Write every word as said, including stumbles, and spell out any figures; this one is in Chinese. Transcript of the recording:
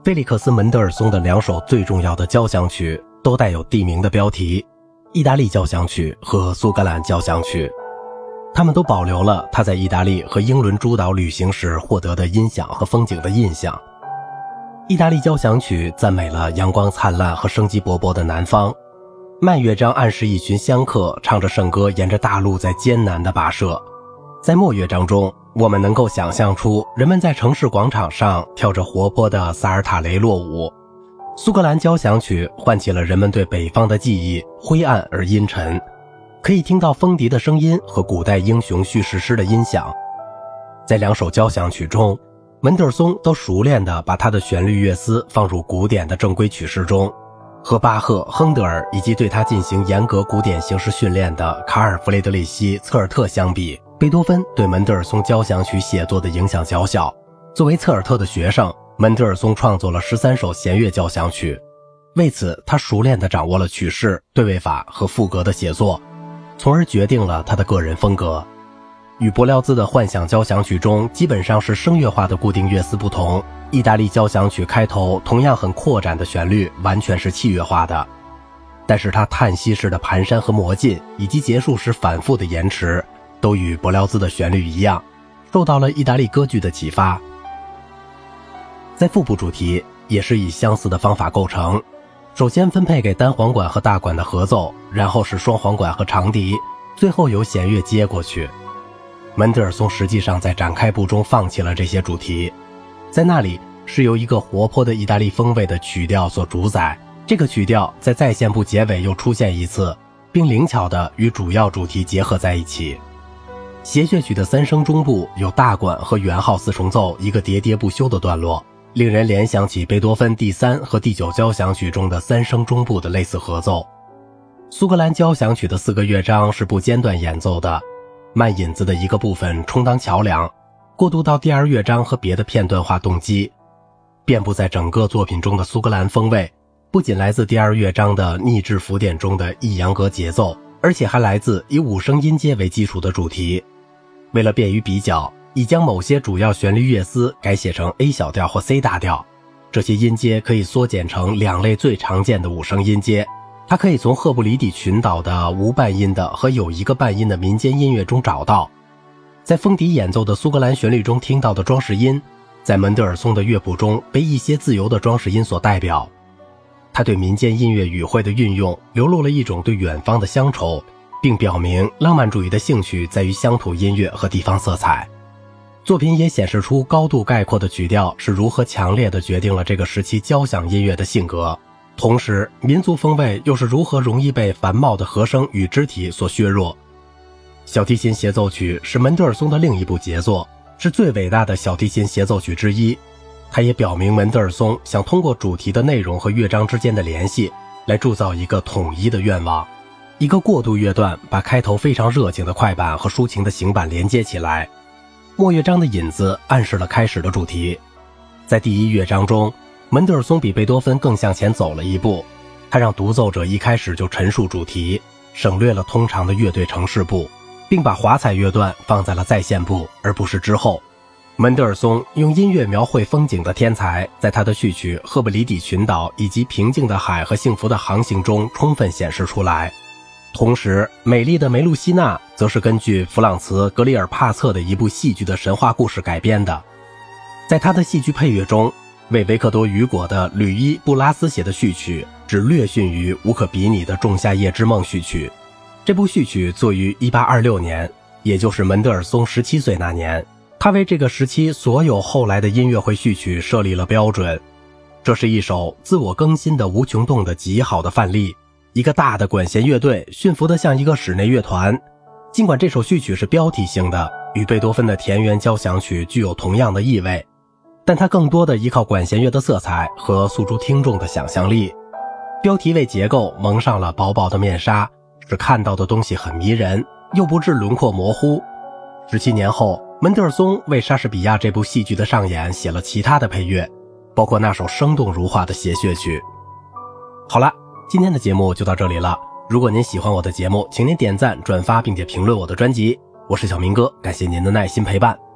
菲利克斯·门德尔松的两首最重要的交响曲都带有地名的标题，意大利交响曲和苏格兰交响曲。他们都保留了他在意大利和英伦诸岛旅行时获得的音响和风景的印象。意大利交响曲赞美了阳光灿烂和生机勃勃的南方，慢乐章暗示一群香客唱着圣歌沿着大路在艰难地跋涉。在末乐章中，我们能够想象出人们在城市广场上跳着活泼的萨尔塔雷洛舞。苏格兰交响曲唤起了人们对北方的记忆，灰暗而阴沉，可以听到风笛的声音和古代英雄叙事诗的音响。在两首交响曲中，门德尔松都熟练地把他的旋律乐思放入古典的正规曲式中，和巴赫、亨德尔以及对他进行严格古典形式训练的卡尔·弗雷德里希·策尔特相比，贝多芬对门德尔松交响曲写作的影响较小。作为策尔特的学生，门德尔松创作了十三首弦乐交响曲，为此他熟练地掌握了曲式、对位法和赋格的写作，从而决定了他的个人风格。与柏辽兹的幻想交响曲中基本上是声乐化的固定乐思不同，意大利交响曲开头同样很扩展的旋律完全是器乐化的，但是它叹息式的蹒跚和魔进，以及结束时反复的延迟，都与柏辽兹的旋律一样，受到了意大利歌剧的启发。在副部主题也是以相似的方法构成，首先分配给单簧管和大管的合奏，然后是双簧管和长笛，最后由弦乐接过去。门德尔松实际上在展开部中放弃了这些主题，在那里是由一个活泼的意大利风味的曲调所主宰，这个曲调在再现部结尾又出现一次，并灵巧地与主要主题结合在一起。协谑曲的三声中部有大管和圆号四重奏一个喋喋不休的段落，令人联想起贝多芬第三和第九交响曲中的三声中部的类似合奏。苏格兰交响曲的四个乐章是不间断演奏的，慢引子的一个部分充当桥梁，过渡到第二乐章和别的片段化动机。遍布在整个作品中的苏格兰风味，不仅来自第二乐章的逆质符点中的抑扬格节奏，而且还来自以五声音阶为基础的主题。为了便于比较，已将某些主要旋律乐思改写成 A 小调或 C 大调，这些音阶可以缩减成两类最常见的五声音阶。它可以从赫布里底群岛的无半音的和有一个半音的民间音乐中找到。在风笛演奏的苏格兰旋律中听到的装饰音，在门德尔松的乐谱中被一些自由的装饰音所代表。他对民间音乐语汇的运用流露了一种对远方的乡愁，并表明浪漫主义的兴趣在于乡土音乐和地方色彩。作品也显示出高度概括的曲调是如何强烈地决定了这个时期交响音乐的性格，同时民族风味又是如何容易被繁茂的和声与肢体所削弱。小提琴协奏曲是门德尔松的另一部杰作，是最伟大的小提琴协奏曲之一。它也表明门德尔松想通过主题的内容和乐章之间的联系来铸造一个统一的愿望。一个过渡乐段把开头非常热情的快板和抒情的行板连接起来，末乐章的引子暗示了开始的主题。在第一乐章中，门德尔松比贝多芬更向前走了一步，他让独奏者一开始就陈述主题，省略了通常的乐队程式部，并把华彩乐段放在了再现部而不是之后。门德尔松用音乐描绘风景的天才，在他的序曲《赫布里底群岛》以及《平静的海和幸福的航行》中充分显示出来。同时，美丽的梅露西娜则是根据弗朗茨·格里尔帕策的一部戏剧的神话故事改编的。在他的戏剧配乐中，为维克多·雨果的吕伊·布拉斯写的序曲只略逊于无可比拟的《仲夏夜之梦》序曲。这部序曲作于一八二六年，也就是门德尔松十七岁那年。他为这个时期所有后来的音乐会序曲设立了标准。这是一首自我更新的无穷动的极好的范例。一个大的管弦乐队驯服得像一个室内乐团。尽管这首序曲是标题性的，与贝多芬的田园交响曲具有同样的意味，但它更多的依靠管弦乐的色彩和诉诸听众的想象力。标题为结构蒙上了薄薄的面纱，使看到的东西很迷人，又不致轮廓模糊。十七年后，门德尔松为莎士比亚这部戏剧的上演写了其他的配乐，包括那首生动如画的协谑曲。好了，今天的节目就到这里了。如果您喜欢我的节目，请您点赞、转发并且评论我的专辑。我是小明哥，感谢您的耐心陪伴。